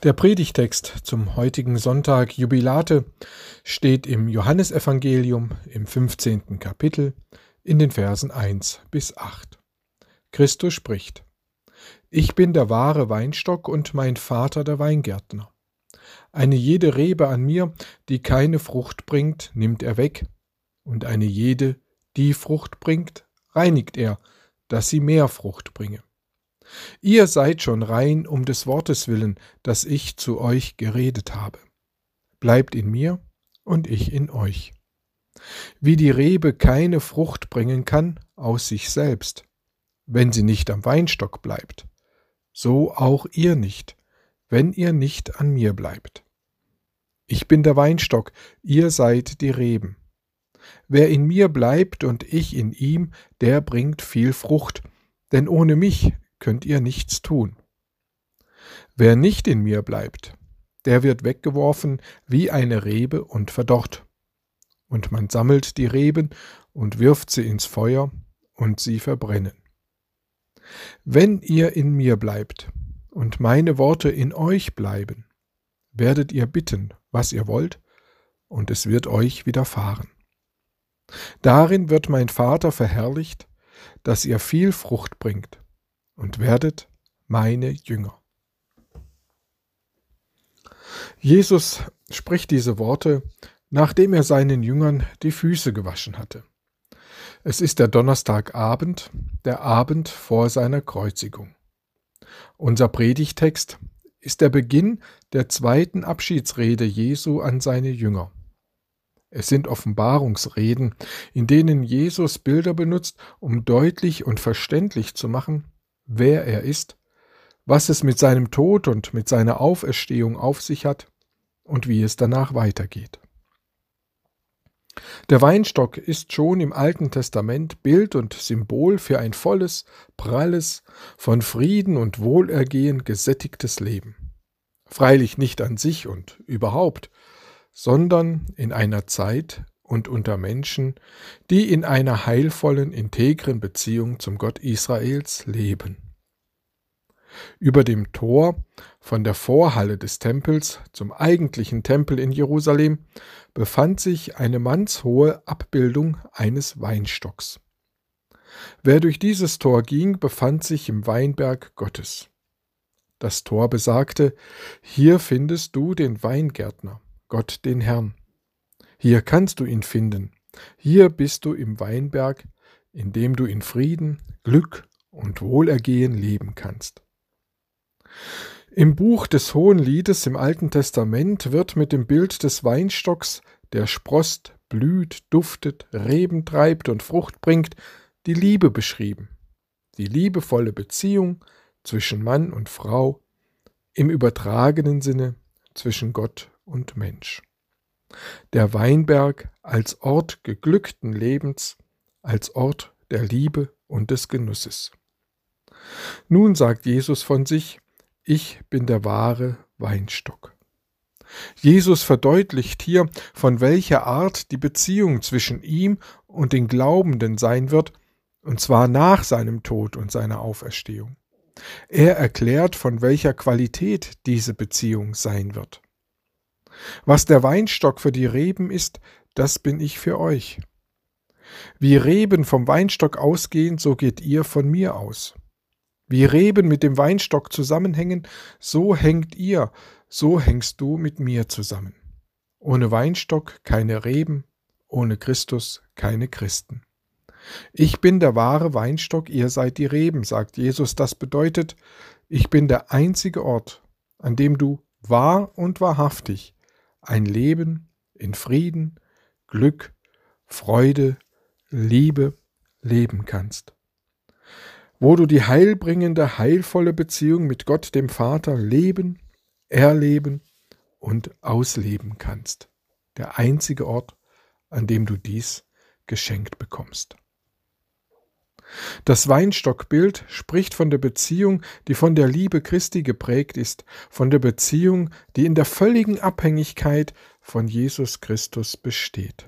Der Predigtext zum heutigen Sonntag Jubilate steht im Johannesevangelium im 15. Kapitel in den Versen 1 bis 8. Christus spricht: Ich bin der wahre Weinstock und mein Vater der Weingärtner. Eine jede Rebe an mir, die keine Frucht bringt, nimmt er weg, und eine jede, die Frucht bringt, reinigt er, dass sie mehr Frucht bringe. Ihr seid schon rein um des Wortes willen, das ich zu euch geredet habe. Bleibt in mir und ich in euch. Wie die Rebe keine Frucht bringen kann aus sich selbst, wenn sie nicht am Weinstock bleibt, so auch ihr nicht, wenn ihr nicht an mir bleibt. Ich bin der Weinstock, ihr seid die Reben. Wer in mir bleibt und ich in ihm, der bringt viel Frucht, denn ohne mich könnt ihr nichts tun. Wer nicht in mir bleibt, der wird weggeworfen wie eine Rebe und verdorrt. Und man sammelt die Reben und wirft sie ins Feuer, und sie verbrennen. Wenn ihr in mir bleibt und meine Worte in euch bleiben, werdet ihr bitten, was ihr wollt, und es wird euch widerfahren. Darin wird mein Vater verherrlicht, dass ihr viel Frucht bringt, und werdet meine Jünger. Jesus spricht diese Worte, nachdem er seinen Jüngern die Füße gewaschen hatte. Es ist der Donnerstagabend, der Abend vor seiner Kreuzigung. Unser Predigtext ist der Beginn der zweiten Abschiedsrede Jesu an seine Jünger. Es sind Offenbarungsreden, in denen Jesus Bilder benutzt, um deutlich und verständlich zu machen, wer er ist, was es mit seinem Tod und mit seiner Auferstehung auf sich hat und wie es danach weitergeht. Der Weinstock ist schon im Alten Testament Bild und Symbol für ein volles, pralles, von Frieden und Wohlergehen gesättigtes Leben. Freilich nicht an sich und überhaupt, sondern in einer Zeit und unter Menschen, die in einer heilvollen, integren Beziehung zum Gott Israels leben. Über dem Tor von der Vorhalle des Tempels zum eigentlichen Tempel in Jerusalem befand sich eine mannshohe Abbildung eines Weinstocks. Wer durch dieses Tor ging, befand sich im Weinberg Gottes. Das Tor besagte: Hier findest du den Weingärtner, Gott den Herrn. Hier kannst du ihn finden. Hier bist du im Weinberg, in dem du in Frieden, Glück und Wohlergehen leben kannst. Im Buch des Hohenliedes im Alten Testament wird mit dem Bild des Weinstocks, der sproßt, blüht, duftet, Reben treibt und Frucht bringt, die Liebe beschrieben. Die liebevolle Beziehung zwischen Mann und Frau, im übertragenen Sinne zwischen Gott und Mensch. Der Weinberg als Ort geglückten Lebens, als Ort der Liebe und des Genusses. Nun sagt Jesus von sich: Ich bin der wahre Weinstock. Jesus verdeutlicht hier, von welcher Art die Beziehung zwischen ihm und den Glaubenden sein wird, und zwar nach seinem Tod und seiner Auferstehung. Er erklärt, von welcher Qualität diese Beziehung sein wird. Was der Weinstock für die Reben ist, das bin ich für euch. Wie Reben vom Weinstock ausgehen, so geht ihr von mir aus. Wie Reben mit dem Weinstock zusammenhängen, so hängt ihr, so hängst du mit mir zusammen. Ohne Weinstock keine Reben, ohne Christus keine Christen. Ich bin der wahre Weinstock, ihr seid die Reben, sagt Jesus. Das bedeutet, ich bin der einzige Ort, an dem du wahr und wahrhaftig ein Leben in Frieden, Glück, Freude, Liebe leben kannst. Wo du die heilbringende, heilvolle Beziehung mit Gott, dem Vater, leben, erleben und ausleben kannst. Der einzige Ort, an dem du dies geschenkt bekommst. Das Weinstockbild spricht von der Beziehung, die von der Liebe Christi geprägt ist, von der Beziehung, die in der völligen Abhängigkeit von Jesus Christus besteht.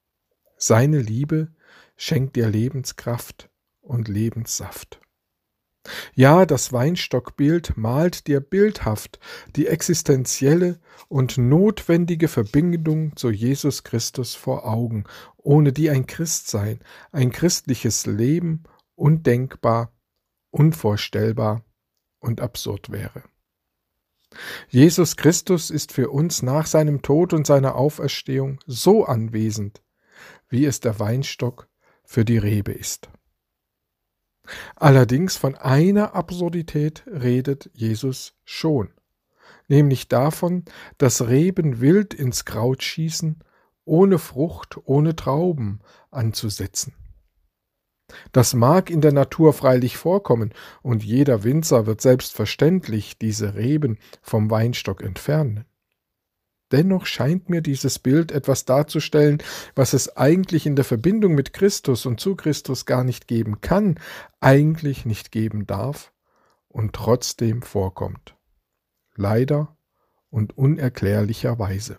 Seine Liebe schenkt dir Lebenskraft und Lebenssaft. Ja, das Weinstockbild malt dir bildhaft die existenzielle und notwendige Verbindung zu Jesus Christus vor Augen, ohne die ein Christsein, ein christliches Leben undenkbar, unvorstellbar und absurd wäre. Jesus Christus ist für uns nach seinem Tod und seiner Auferstehung so anwesend, wie es der Weinstock für die Rebe ist. Allerdings von einer Absurdität redet Jesus schon, nämlich davon, dass Reben wild ins Kraut schießen, ohne Frucht, ohne Trauben anzusetzen. Das mag in der Natur freilich vorkommen, und jeder Winzer wird selbstverständlich diese Reben vom Weinstock entfernen. Dennoch scheint mir dieses Bild etwas darzustellen, was es eigentlich in der Verbindung mit Christus und zu Christus gar nicht geben kann, eigentlich nicht geben darf und trotzdem vorkommt. Leider und unerklärlicherweise.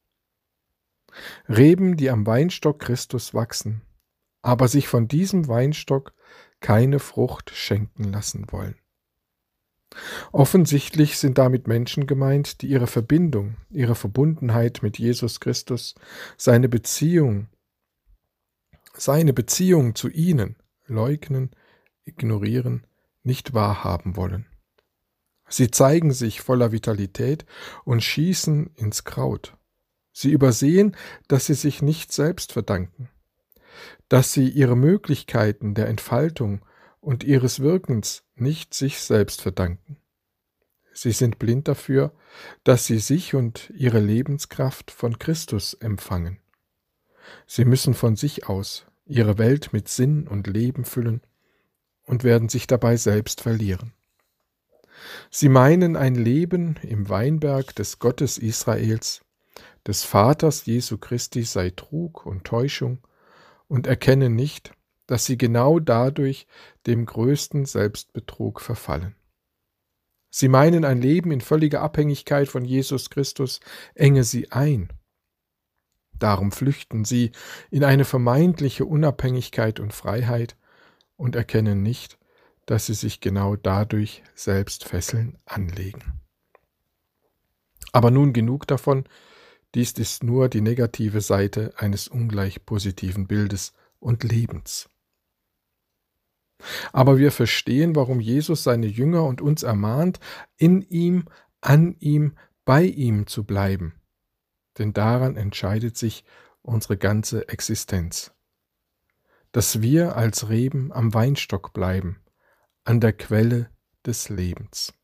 Reben, die am Weinstock Christus wachsen, aber sich von diesem Weinstock keine Frucht schenken lassen wollen. Offensichtlich sind damit Menschen gemeint, die ihre Verbindung, ihre Verbundenheit mit Jesus Christus, seine Beziehung zu ihnen leugnen, ignorieren, nicht wahrhaben wollen. Sie zeigen sich voller Vitalität und schießen ins Kraut. Sie übersehen, dass sie sich nicht selbst verdanken, dass sie ihre Möglichkeiten der Entfaltung und ihres Wirkens nicht sich selbst verdanken. Sie sind blind dafür, dass sie sich und ihre Lebenskraft von Christus empfangen. Sie müssen von sich aus ihre Welt mit Sinn und Leben füllen und werden sich dabei selbst verlieren. Sie meinen, ein Leben im Weinberg des Gottes Israels, des Vaters Jesu Christi sei Trug und Täuschung und erkennen nicht, dass sie genau dadurch dem größten Selbstbetrug verfallen. Sie meinen, ein Leben in völliger Abhängigkeit von Jesus Christus enge sie ein. Darum flüchten sie in eine vermeintliche Unabhängigkeit und Freiheit und erkennen nicht, dass sie sich genau dadurch selbst Fesseln anlegen. Aber nun genug davon, dies ist nur die negative Seite eines ungleich positiven Bildes und Lebens. Aber wir verstehen, warum Jesus seine Jünger und uns ermahnt, in ihm, an ihm, bei ihm zu bleiben. Denn daran entscheidet sich unsere ganze Existenz. Dass wir als Reben am Weinstock bleiben, an der Quelle des Lebens.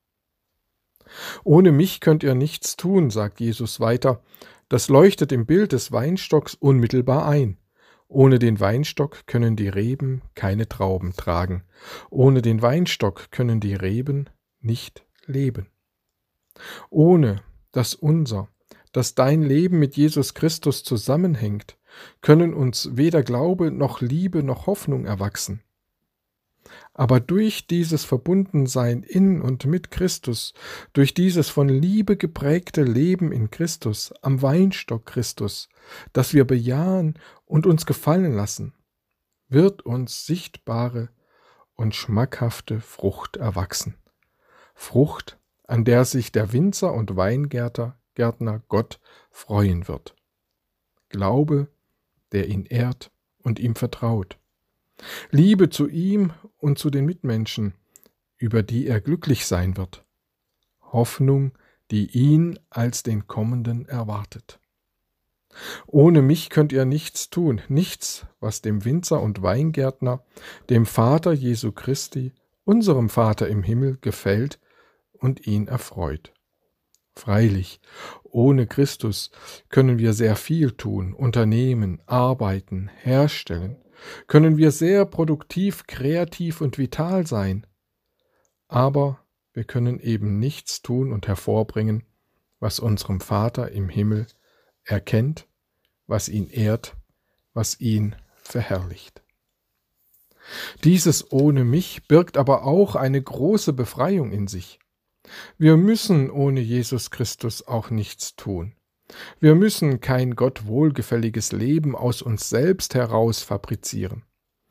Ohne mich könnt ihr nichts tun, sagt Jesus weiter. Das leuchtet im Bild des Weinstocks unmittelbar ein. Ohne den Weinstock können die Reben keine Trauben tragen. Ohne den Weinstock können die Reben nicht leben. Ohne dass dein Leben mit Jesus Christus zusammenhängt, können uns weder Glaube noch Liebe noch Hoffnung erwachsen. Aber durch dieses Verbundensein in und mit Christus, durch dieses von Liebe geprägte Leben in Christus, am Weinstock Christus, das wir bejahen und uns gefallen lassen, wird uns sichtbare und schmackhafte Frucht erwachsen. Frucht, an der sich der Winzer und Weingärtner Gott freuen wird. Glaube, der ihn ehrt und ihm vertraut. Liebe zu ihm und zu den Mitmenschen, über die er glücklich sein wird. Hoffnung, die ihn als den Kommenden erwartet. Ohne mich könnt ihr nichts tun, nichts, was dem Winzer und Weingärtner, dem Vater Jesu Christi, unserem Vater im Himmel, gefällt und ihn erfreut. Freilich, ohne Christus können wir sehr viel tun, unternehmen, arbeiten, herstellen, können wir sehr produktiv, kreativ und vital sein. Aber wir können eben nichts tun und hervorbringen, was unserem Vater im Himmel erkennt, was ihn ehrt, was ihn verherrlicht. Dieses ohne mich birgt aber auch eine große Befreiung in sich. Wir müssen ohne Jesus Christus auch nichts tun. Wir müssen kein Gott wohlgefälliges Leben aus uns selbst heraus fabrizieren.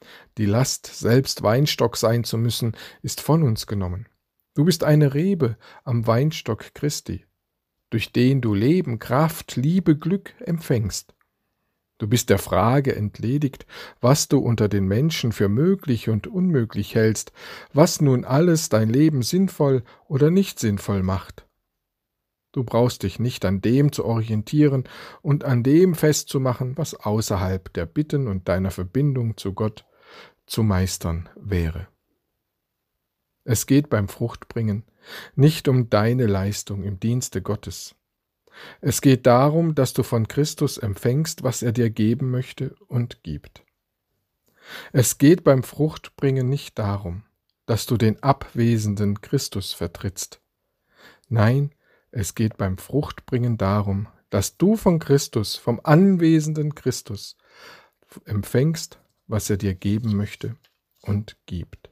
Die Last, selbst Weinstock sein zu müssen, ist von uns genommen. Du bist eine Rebe am Weinstock Christi, durch den du Leben, Kraft, Liebe, Glück empfängst. Du bist der Frage entledigt, was du unter den Menschen für möglich und unmöglich hältst, was nun alles dein Leben sinnvoll oder nicht sinnvoll macht. Du brauchst dich nicht an dem zu orientieren und an dem festzumachen, was außerhalb der Bitten und deiner Verbindung zu Gott zu meistern wäre. Es geht beim Fruchtbringen nicht um deine Leistung im Dienste Gottes. Es geht darum, dass du von Christus empfängst, was er dir geben möchte und gibt. Es geht beim Fruchtbringen nicht darum, dass du den abwesenden Christus vertrittst. Nein, es geht beim Fruchtbringen darum, dass du von Christus, vom anwesenden Christus, empfängst, was er dir geben möchte und gibt.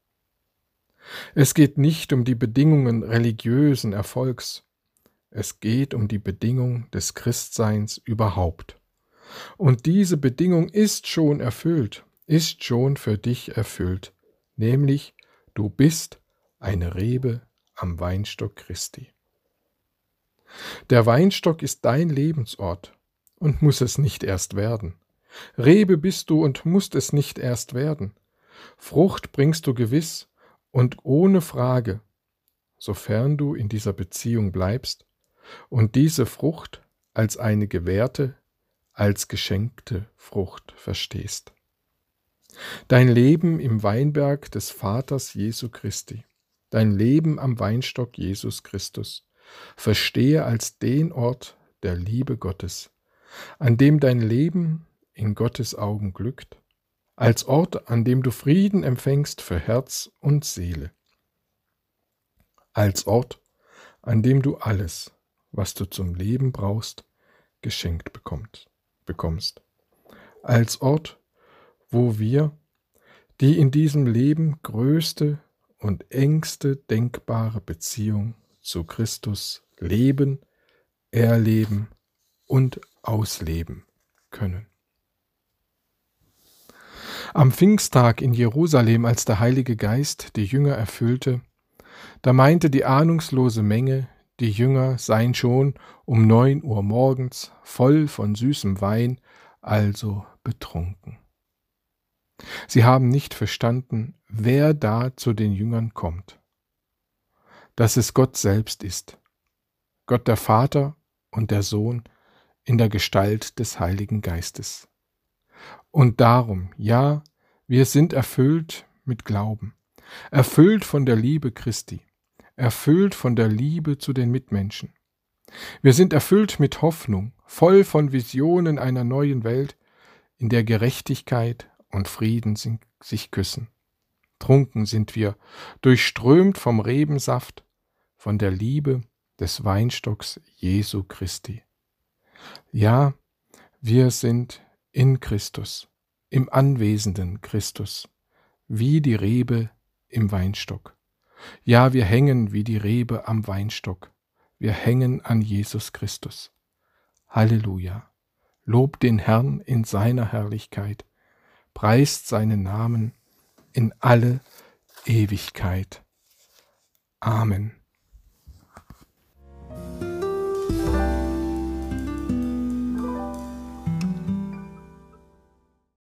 Es geht nicht um die Bedingungen religiösen Erfolgs, es geht um die Bedingung des Christseins überhaupt. Und diese Bedingung ist schon erfüllt, ist schon für dich erfüllt, nämlich du bist eine Rebe am Weinstock Christi. Der Weinstock ist dein Lebensort und muss es nicht erst werden. Rebe bist du und musst es nicht erst werden. Frucht bringst du gewiss und ohne Frage, sofern du in dieser Beziehung bleibst und diese Frucht als eine gewährte, als geschenkte Frucht verstehst. Dein Leben im Weinberg des Vaters Jesu Christi, dein Leben am Weinstock Jesus Christus, verstehe als den Ort der Liebe Gottes, an dem dein Leben in Gottes Augen glückt, als Ort, an dem du Frieden empfängst für Herz und Seele, als Ort, an dem du alles, was du zum Leben brauchst, geschenkt bekommst, als Ort, wo wir die in diesem Leben größte und engste denkbare Beziehung zu Christus leben, erleben und ausleben können. Am Pfingsttag in Jerusalem, als der Heilige Geist die Jünger erfüllte, da meinte die ahnungslose Menge, die Jünger seien schon um 9 Uhr morgens voll von süßem Wein, also betrunken. Sie haben nicht verstanden, wer da zu den Jüngern kommt. Dass es Gott selbst ist, Gott der Vater und der Sohn in der Gestalt des Heiligen Geistes. Und darum, ja, wir sind erfüllt mit Glauben, erfüllt von der Liebe Christi, erfüllt von der Liebe zu den Mitmenschen. Wir sind erfüllt mit Hoffnung, voll von Visionen einer neuen Welt, in der Gerechtigkeit und Frieden sich küssen. Trunken sind wir, durchströmt vom Rebensaft, von der Liebe des Weinstocks Jesu Christi. Ja, wir sind in Christus, im anwesenden Christus, wie die Rebe im Weinstock. Ja, wir hängen wie die Rebe am Weinstock. Wir hängen an Jesus Christus. Halleluja! Lobt den Herrn in seiner Herrlichkeit, preist seinen Namen in alle Ewigkeit. Amen.